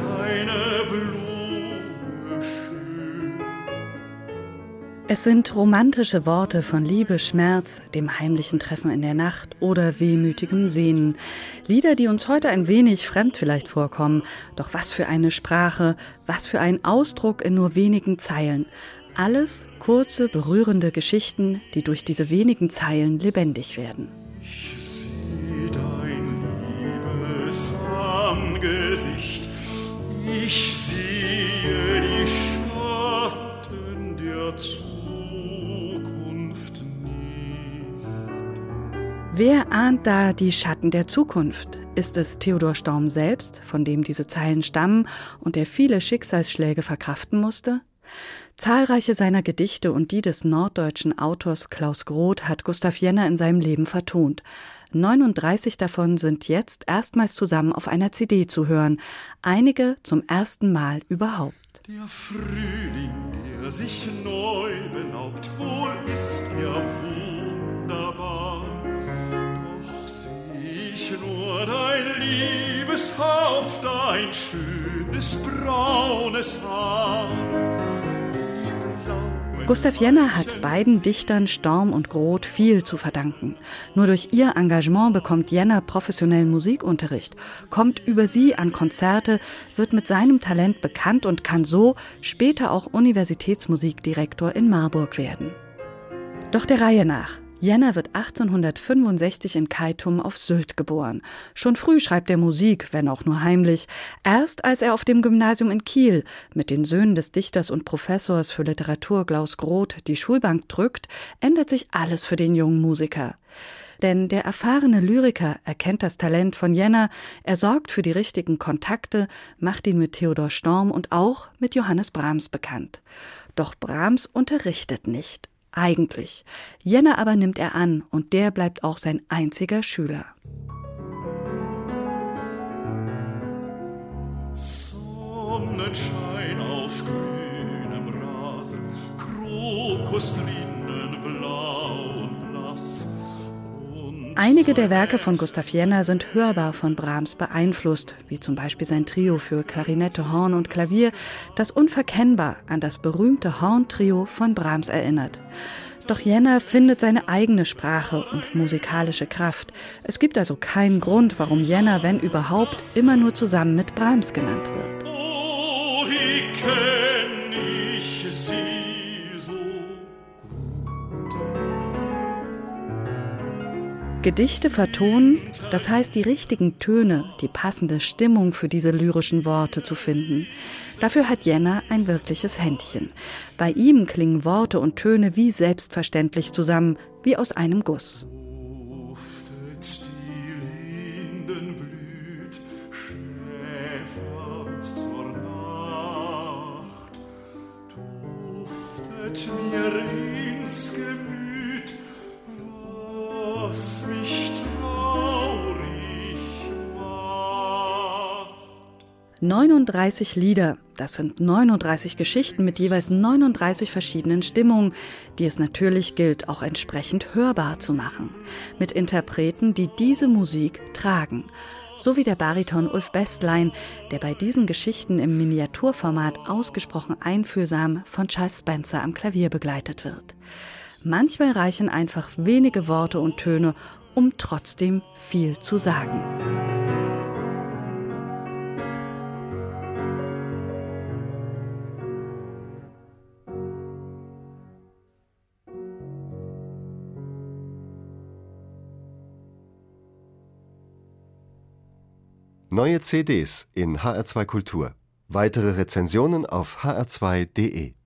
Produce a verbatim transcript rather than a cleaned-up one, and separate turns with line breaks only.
deine Blume schön.
Es sind romantische Worte von Liebe, Schmerz, dem heimlichen Treffen in der Nacht oder wehmütigem Sehnen. Lieder, die uns heute ein wenig fremd vielleicht vorkommen. Doch was für eine Sprache, was für ein Ausdruck in nur wenigen Zeilen. Alles kurze, berührende Geschichten, die durch diese wenigen Zeilen lebendig werden.
Ich seh dein Liebesangesicht, ich sehe die Schatten der Zukunft nicht.
Wer ahnt da die Schatten der Zukunft? Ist es Theodor Storm selbst, von dem diese Zeilen stammen und der viele Schicksalsschläge verkraften musste? Zahlreiche seiner Gedichte und die des norddeutschen Autors Klaus Groth hat Gustav Jenner in seinem Leben vertont. neununddreißig davon sind jetzt erstmals zusammen auf einer C D zu hören, einige zum ersten Mal überhaupt.
Der Frühling, der sich neu belaubt, wohl ist er wunderbar. Doch seh ich nur dein liebes Haupt, dein schönes braunes Haar.
Gustav Jenner hat beiden Dichtern Storm und Groth viel zu verdanken. Nur durch ihr Engagement bekommt Jenner professionellen Musikunterricht, kommt über sie an Konzerte, wird mit seinem Talent bekannt und kann so später auch Universitätsmusikdirektor in Marburg werden. Doch der Reihe nach. Jenner wird achtzehnhundertfünfundsechzig in Keitum auf Sylt geboren. Schon früh schreibt er Musik, wenn auch nur heimlich. Erst als er auf dem Gymnasium in Kiel mit den Söhnen des Dichters und Professors für Literatur Klaus Groth die Schulbank drückt, ändert sich alles für den jungen Musiker. Denn der erfahrene Lyriker erkennt das Talent von Jenner, er sorgt für die richtigen Kontakte, macht ihn mit Theodor Storm und auch mit Johannes Brahms bekannt. Doch Brahms unterrichtet nicht. Eigentlich. Jenner aber nimmt er an und der bleibt auch sein einziger Schüler.
Sonnenschein auf grünem Rasen, Krokuslinden blau und blass. Und
Einige der Werke von Gustav Jenner sind hörbar von Brahms beeinflusst, wie zum Beispiel sein Trio für Klarinette, Horn und Klavier, das unverkennbar an das berühmte Horntrio von Brahms erinnert. Doch Jenner findet seine eigene Sprache und musikalische Kraft. Es gibt also keinen Grund, warum Jenner, wenn überhaupt, immer nur zusammen mit Brahms genannt wird.
Oh, wie kenn ich sie so gut.
Gedichte vertonen, das heißt die richtigen Töne, die passende Stimmung für diese lyrischen Worte zu finden. Dafür hat Jenner ein wirkliches Händchen. Bei ihm klingen Worte und Töne wie selbstverständlich zusammen, wie aus einem Guss.
Duftet die Lindenblüt, schäfernd zur Nacht, duftet mir ins Gemüt, was mich traurig macht.
neununddreißig Lieder, das sind neununddreißig Geschichten mit jeweils neununddreißig verschiedenen Stimmungen, die es natürlich gilt, auch entsprechend hörbar zu machen. Mit Interpreten, die diese Musik tragen. So wie der Bariton Ulf Bästlein, der bei diesen Geschichten im Miniaturformat ausgesprochen einfühlsam von Charles Spencer am Klavier begleitet wird. Manchmal reichen einfach wenige Worte und Töne, um trotzdem viel zu sagen.
Neue C Ds in H R zwei Kultur. Weitere Rezensionen auf h r zwei punkt de.